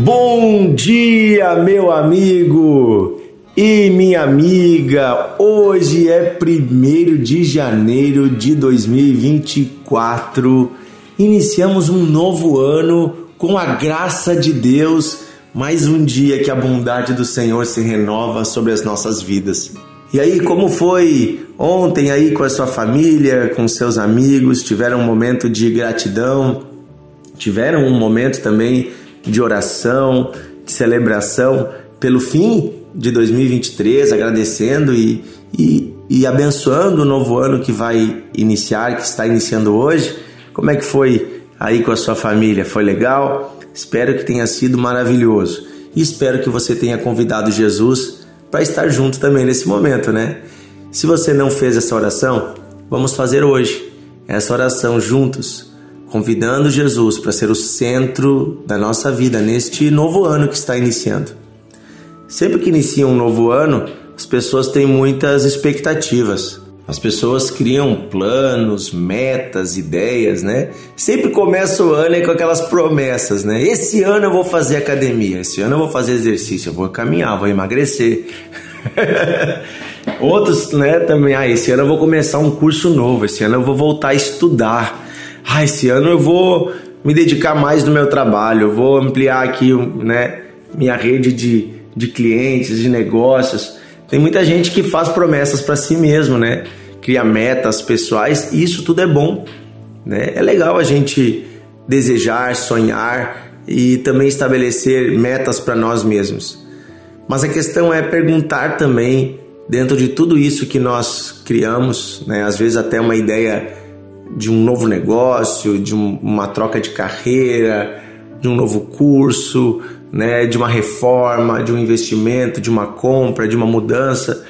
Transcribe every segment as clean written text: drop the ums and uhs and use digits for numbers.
Bom dia, meu amigo e minha amiga. Hoje é 1º de janeiro de 2024. Iniciamos um novo ano com a graça de Deus. Mais um dia que a bondade do Senhor se renova sobre as nossas vidas. E aí, como foi ontem aí com a sua família, com seus amigos? Tiveram um momento de gratidão? Tiveram um momento também de oração, de celebração pelo fim de 2023, agradecendo e abençoando o novo ano que vai iniciar, que está iniciando hoje? Como é que foi aí com a sua família? Foi legal? Espero que tenha sido maravilhoso. E espero que você tenha convidado Jesus para estar junto também nesse momento, né? Se você não fez essa oração, vamos fazer hoje essa oração juntos, convidando Jesus para ser o centro da nossa vida neste novo ano que está iniciando. Sempre que inicia um novo ano, as pessoas têm muitas expectativas. As pessoas criam planos, metas, ideias, né? Sempre começa o ano aí com aquelas promessas, né? Esse ano eu vou fazer academia, esse ano eu vou fazer exercício, eu vou caminhar, vou emagrecer. Outros, né, também, esse ano eu vou começar um curso novo, esse ano eu vou voltar a estudar. Esse ano eu vou me dedicar mais no meu trabalho, eu vou ampliar aqui, né, minha rede de clientes, de negócios. Tem muita gente que faz promessas para si mesmo, né? Cria metas pessoais, e isso tudo é bom, né? É legal a gente desejar, sonhar e também estabelecer metas para nós mesmos. Mas a questão é perguntar também, dentro de tudo isso que nós criamos, né? Às vezes até uma ideia de um novo negócio, de uma troca de carreira, de um novo curso, né, de uma reforma, de um investimento, de uma compra, de uma mudança.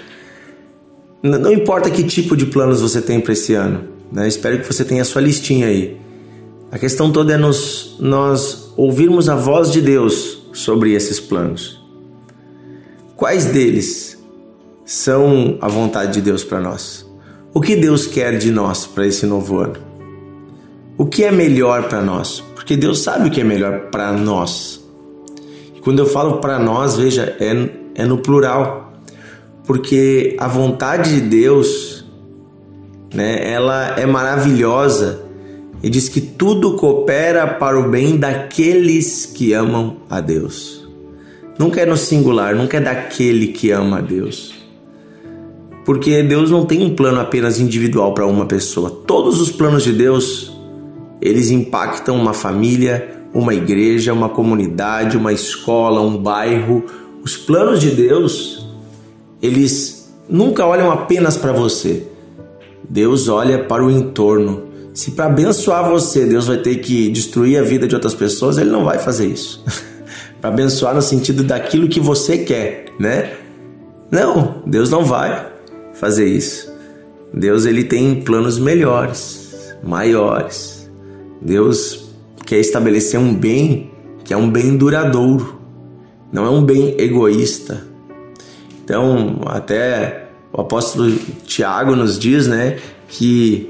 Não importa que tipo de planos você tem para esse ano, né? Espero que você tenha a sua listinha aí. A questão toda é nós ouvirmos a voz de Deus sobre esses planos. Quais deles são a vontade de Deus para nós? O que Deus quer de nós para esse novo ano? O que é melhor para nós? Porque Deus sabe o que é melhor para nós. E quando eu falo para nós, veja, é no plural. Porque a vontade de Deus, né, ela é maravilhosa e diz que tudo coopera para o bem daqueles que amam a Deus. Nunca é no singular, nunca é daquele que ama a Deus. Porque Deus não tem um plano apenas individual para uma pessoa. Todos os planos de Deus, eles impactam uma família, uma igreja, uma comunidade, uma escola, um bairro. Os planos de Deus, eles nunca olham apenas para você. Deus olha para o entorno. Se para abençoar você, Deus vai ter que destruir a vida de outras pessoas, Ele não vai fazer isso. Para abençoar no sentido daquilo que você quer, né? Não, Deus não vai fazer isso. Deus, ele tem planos melhores, maiores. Deus quer estabelecer um bem que é um bem duradouro, não é um bem egoísta. Então, até o apóstolo Tiago nos diz, né, que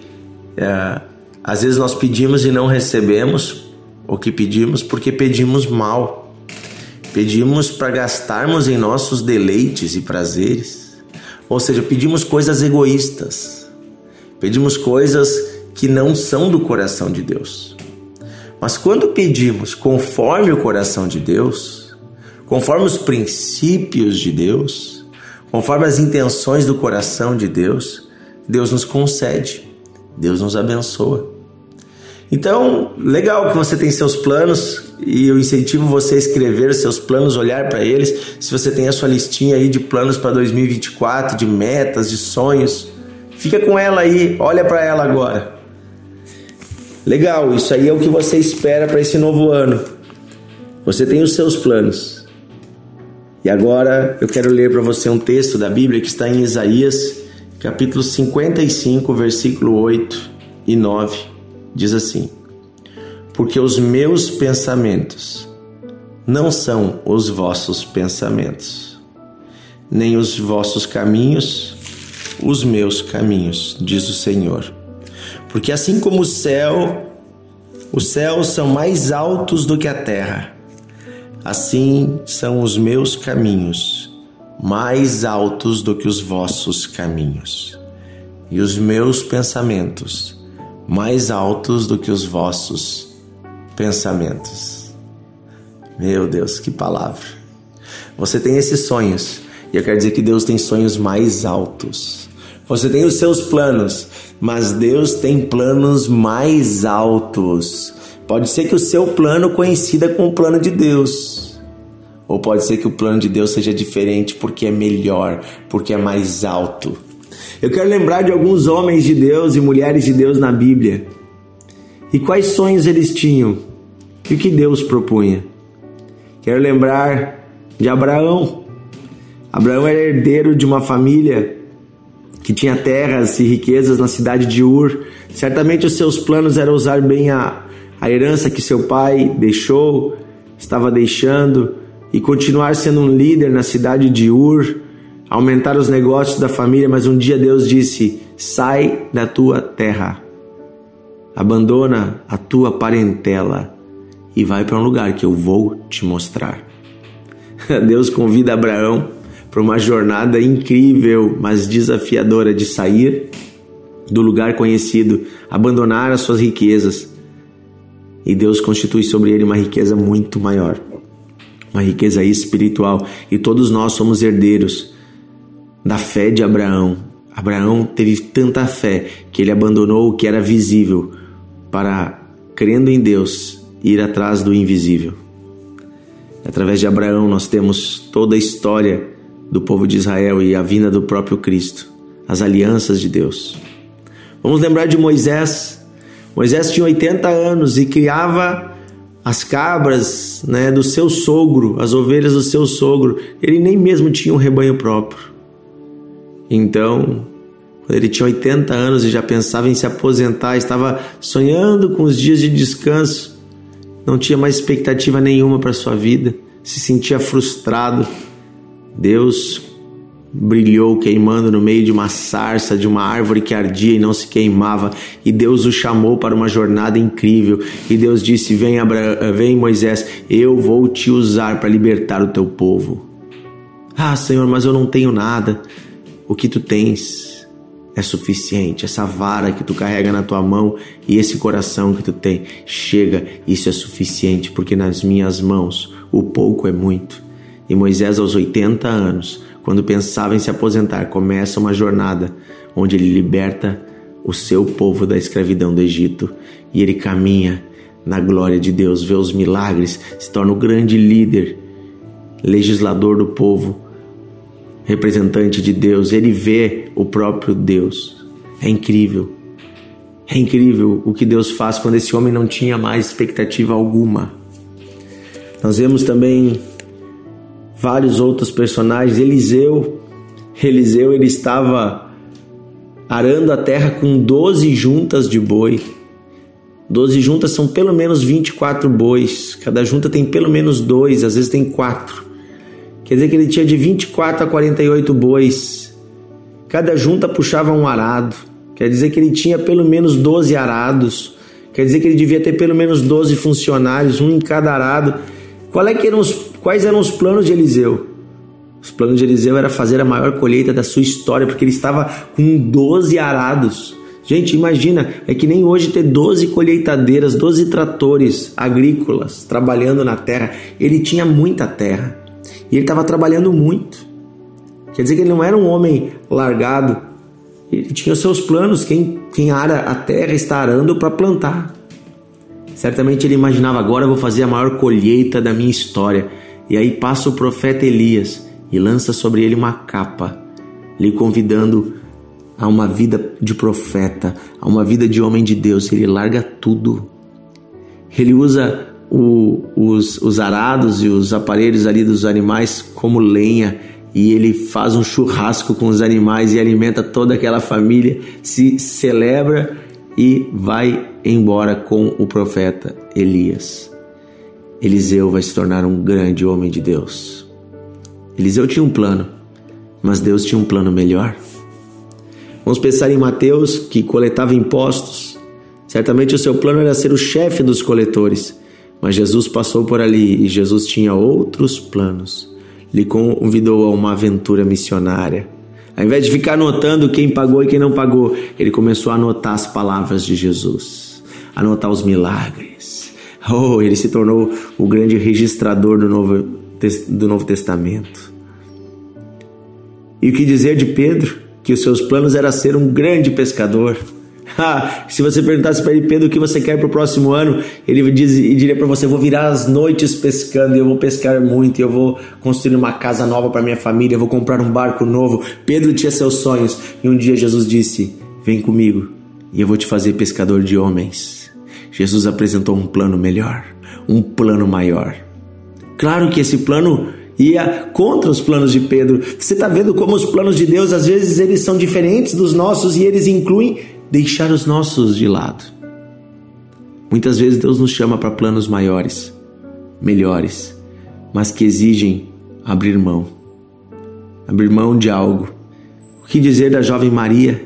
às vezes nós pedimos e não recebemos o que pedimos porque pedimos mal. Pedimos para gastarmos em nossos deleites e prazeres. Ou seja, pedimos coisas egoístas, pedimos coisas que não são do coração de Deus. Mas quando pedimos conforme o coração de Deus, conforme os princípios de Deus, conforme as intenções do coração de Deus, Deus nos concede, Deus nos abençoa. Então, legal que você tem seus planos e eu incentivo você a escrever seus planos, olhar para eles. Se você tem a sua listinha aí de planos para 2024, de metas, de sonhos, fica com ela aí, olha para ela agora. Legal, isso aí é o que você espera para esse novo ano. Você tem os seus planos. E agora eu quero ler para você um texto da Bíblia que está em Isaías, capítulo 55, versículo 8 e 9. Diz assim: porque os meus pensamentos não são os vossos pensamentos, nem os vossos caminhos os meus caminhos, diz o Senhor. Porque assim como os céus são mais altos do que a terra, assim são os meus caminhos, mais altos do que os vossos caminhos, e os meus pensamentos, mais altos do que os vossos pensamentos. Meu Deus, que palavra! Você tem esses sonhos, e eu quero dizer que Deus tem sonhos mais altos. Você tem os seus planos, mas Deus tem planos mais altos. Pode ser que o seu plano coincida com o plano de Deus, ou pode ser que o plano de Deus seja diferente porque é melhor, porque é mais alto. Eu quero lembrar de alguns homens de Deus e mulheres de Deus na Bíblia. E quais sonhos eles tinham? E o que Deus propunha? Quero lembrar de Abraão. Abraão era herdeiro de uma família que tinha terras e riquezas na cidade de Ur. Certamente os seus planos eram usar bem a herança que seu pai estava deixando, e continuar sendo um líder na cidade de Ur, aumentar os negócios da família. Mas um dia Deus disse: sai da tua terra, abandona a tua parentela e vai para um lugar que eu vou te mostrar. Deus convida Abraão para uma jornada incrível, mas desafiadora, de sair do lugar conhecido, abandonar as suas riquezas, e Deus constitui sobre ele uma riqueza muito maior, uma riqueza espiritual. E todos nós somos herdeiros da fé de Abraão. Abraão teve tanta fé que ele abandonou o que era visível para, crendo em Deus, ir atrás do invisível. Através de Abraão nós temos toda a história do povo de Israel e a vinda do próprio Cristo, as alianças de Deus. Vamos lembrar de Moisés. Moisés tinha 80 anos e criava as cabras, do seu sogro, as ovelhas do seu sogro. Ele nem mesmo tinha um rebanho próprio. Então, quando ele tinha 80 anos e já pensava em se aposentar, estava sonhando com os dias de descanso, não tinha mais expectativa nenhuma para a sua vida, se sentia frustrado. Deus brilhou queimando no meio de uma sarça, de uma árvore que ardia e não se queimava, e Deus o chamou para uma jornada incrível. E Deus disse: vem Moisés, eu vou te usar para libertar o teu povo. Ah, Senhor, mas eu não tenho nada. O que tu tens é suficiente. Essa vara que tu carrega na tua mão e esse coração que tu tem, chega, isso é suficiente, porque nas minhas mãos o pouco é muito. E Moisés, aos 80 anos, quando pensava em se aposentar, começa uma jornada onde ele liberta o seu povo da escravidão do Egito, e ele caminha na glória de Deus, vê os milagres, se torna o grande líder, legislador do povo, representante de Deus. Ele vê o próprio Deus. É incrível o que Deus faz quando esse homem não tinha mais expectativa alguma. Nós vemos também vários outros personagens. Eliseu, ele estava arando a terra com 12 juntas de boi. 12 juntas são pelo menos 24 bois. Cada junta tem pelo menos 2, às vezes tem 4. Quer dizer que ele tinha de 24 a 48 bois. Cada junta puxava um arado. Quer dizer que ele tinha pelo menos 12 arados. Quer dizer que ele devia ter pelo menos 12 funcionários, um em cada arado. Quais eram os planos de Eliseu? Os planos de Eliseu era fazer a maior colheita da sua história, porque ele estava com 12 arados. Gente, imagina, é que nem hoje ter 12 colheitadeiras, 12 tratores agrícolas trabalhando na terra. Ele tinha muita terra e ele estava trabalhando muito. Quer dizer que ele não era um homem largado. Ele tinha os seus planos. Quem ara a terra está arando para plantar. Certamente ele imaginava: agora eu vou fazer a maior colheita da minha história. E aí passa o profeta Elias e lança sobre ele uma capa, lhe convidando a uma vida de profeta, a uma vida de homem de Deus. Ele larga tudo. Ele usa os arados e os aparelhos ali dos animais como lenha, e ele faz um churrasco com os animais e alimenta toda aquela família, se celebra e vai embora com o profeta Elias. Eliseu vai se tornar um grande homem de Deus. Eliseu tinha um plano, mas Deus tinha um plano melhor. Vamos pensar em Mateus, que coletava impostos. Certamente o seu plano era ser o chefe dos coletores, Mas Jesus passou por ali e Jesus tinha outros planos. Lhe convidou a uma aventura missionária. Ao invés de ficar anotando quem pagou e quem não pagou, ele começou a anotar as palavras de Jesus, anotar os milagres. Ele se tornou o grande registrador do Novo Testamento. E o que dizer de Pedro? Que os seus planos era ser um grande pescador. Se você perguntasse para ele: Pedro, o que você quer para o próximo ano? Ele diria para você: eu vou virar as noites pescando, eu vou pescar muito, eu vou construir uma casa nova para minha família, eu vou comprar um barco novo. Pedro tinha seus sonhos e um dia Jesus disse: vem comigo e eu vou te fazer pescador de homens. Jesus apresentou um plano melhor, um plano maior. Claro que esse plano ia contra os planos de Pedro. Você está vendo como os planos de Deus, às vezes, eles são diferentes dos nossos e eles incluem deixar os nossos de lado. Muitas vezes Deus nos chama para planos maiores, melhores, mas que exigem abrir mão de algo. O que dizer da jovem Maria?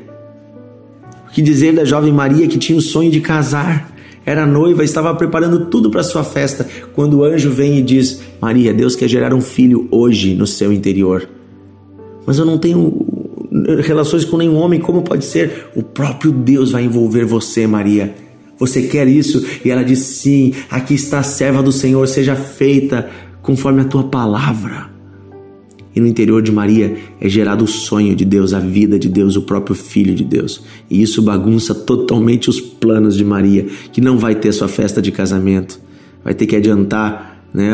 O que dizer da jovem Maria que tinha o sonho de casar? Era noiva, estava preparando tudo para sua festa, quando o anjo vem e diz: Maria, Deus quer gerar um filho hoje no seu interior. Mas eu não tenho relações com nenhum homem, como pode ser? O próprio Deus vai envolver você, Maria. Você quer isso? E ela diz: sim, aqui está a serva do Senhor, seja feita conforme a tua palavra. E no interior de Maria é gerado o sonho de Deus, a vida de Deus, o próprio Filho de Deus. E isso bagunça totalmente os planos de Maria, que não vai ter sua festa de casamento. Vai ter que adiantar, né?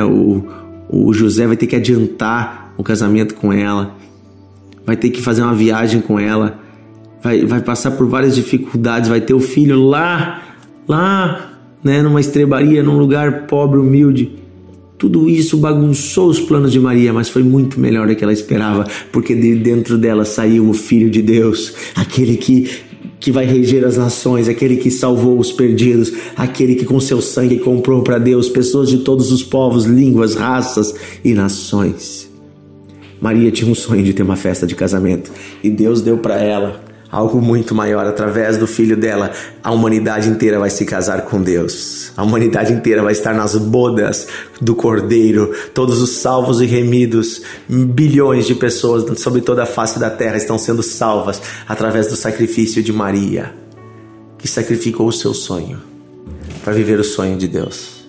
O José vai ter que adiantar o casamento com ela. Vai ter que fazer uma viagem com ela. Vai passar por várias dificuldades. Vai ter o filho lá, né? Numa estrebaria, num lugar pobre, humilde. Tudo isso bagunçou os planos de Maria, mas foi muito melhor do que ela esperava, porque de dentro dela saiu o Filho de Deus, aquele que vai reger as nações, aquele que salvou os perdidos, aquele que com seu sangue comprou para Deus pessoas de todos os povos, línguas, raças e nações. Maria tinha um sonho de ter uma festa de casamento e Deus deu para ela algo muito maior. Através do filho dela, a humanidade inteira vai se casar com Deus. A humanidade inteira vai estar nas bodas do Cordeiro. Todos os salvos e remidos, bilhões de pessoas sobre toda a face da terra estão sendo salvas através do sacrifício de Maria, que sacrificou o seu sonho para viver o sonho de Deus.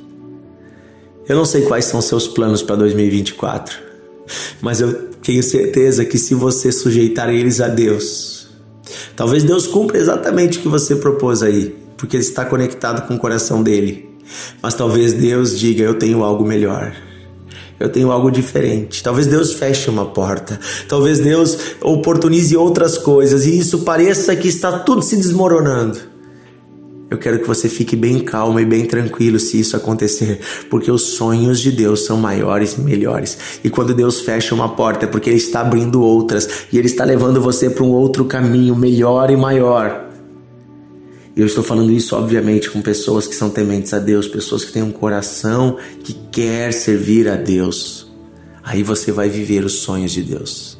Eu não sei quais são os seus planos para 2024, mas eu tenho certeza que se você sujeitar eles a Deus, talvez Deus cumpra exatamente o que você propôs aí, porque Ele está conectado com o coração dele. Mas talvez Deus diga: eu tenho algo melhor, eu tenho algo diferente. Talvez Deus feche uma porta, talvez Deus oportunize outras coisas e isso pareça que está tudo se desmoronando. Eu quero que você fique bem calmo e bem tranquilo se isso acontecer, porque os sonhos de Deus são maiores e melhores. E quando Deus fecha uma porta é porque Ele está abrindo outras e Ele está levando você para um outro caminho melhor e maior. E eu estou falando isso, obviamente, com pessoas que são tementes a Deus, pessoas que têm um coração que quer servir a Deus. Aí você vai viver os sonhos de Deus.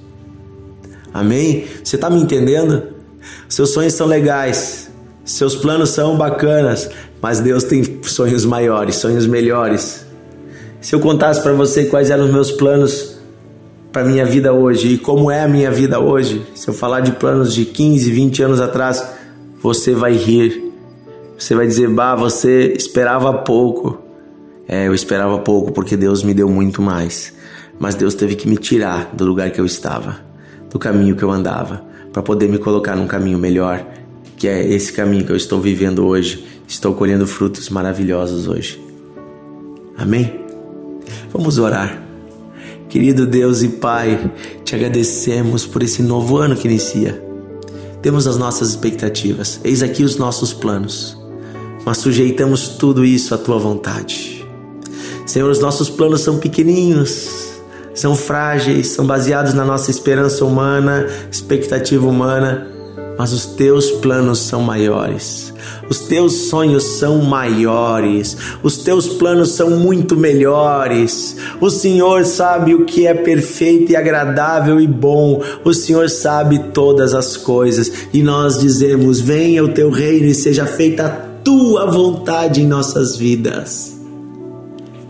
Amém? Você está me entendendo? Seus sonhos são legais. Seus planos são bacanas, mas Deus tem sonhos maiores, sonhos melhores. Se eu contasse para você quais eram os meus planos para a minha vida hoje e como é a minha vida hoje, se eu falar de planos de 15, 20 anos atrás, você vai rir. Você vai dizer: bah, você esperava pouco. Eu esperava pouco porque Deus me deu muito mais. Mas Deus teve que me tirar do lugar que eu estava, do caminho que eu andava, para poder me colocar num caminho melhor, que é esse caminho que eu estou vivendo hoje. Estou colhendo frutos maravilhosos hoje. Amém? Vamos orar. Querido Deus e Pai, te agradecemos por esse novo ano que inicia. Temos as nossas expectativas, eis aqui os nossos planos, mas sujeitamos tudo isso à Tua vontade. Senhor, os nossos planos são pequenininhos, são frágeis, são baseados na nossa esperança humana, expectativa humana, mas os Teus planos são maiores, os Teus sonhos são maiores, os Teus planos são muito melhores. O Senhor sabe o que é perfeito e agradável e bom, o Senhor sabe todas as coisas e nós dizemos: venha o Teu reino e seja feita a Tua vontade em nossas vidas.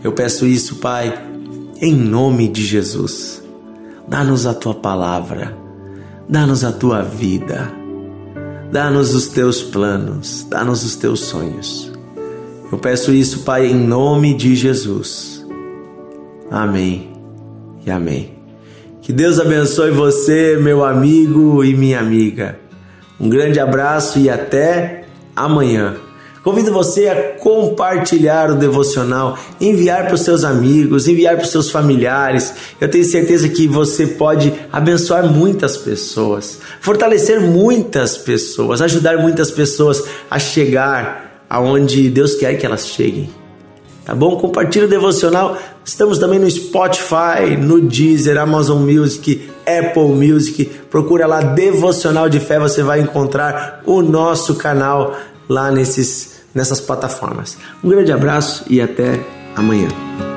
Eu peço isso, Pai, em nome de Jesus. Dá-nos a Tua palavra, dá-nos a Tua vida, dá-nos os Teus planos, dá-nos os Teus sonhos. Eu peço isso, Pai, em nome de Jesus. Amém e amém. Que Deus abençoe você, meu amigo e minha amiga. Um grande abraço e até amanhã. Convido você a compartilhar o devocional, enviar para os seus amigos, enviar para os seus familiares. Eu tenho certeza que você pode abençoar muitas pessoas, fortalecer muitas pessoas, ajudar muitas pessoas a chegar aonde Deus quer que elas cheguem. Tá bom? Compartilhe o devocional. Estamos também no Spotify, no Deezer, Amazon Music, Apple Music. Procura lá Devocional de Fé, você vai encontrar o nosso canal lá nessas plataformas. Um grande abraço e até amanhã.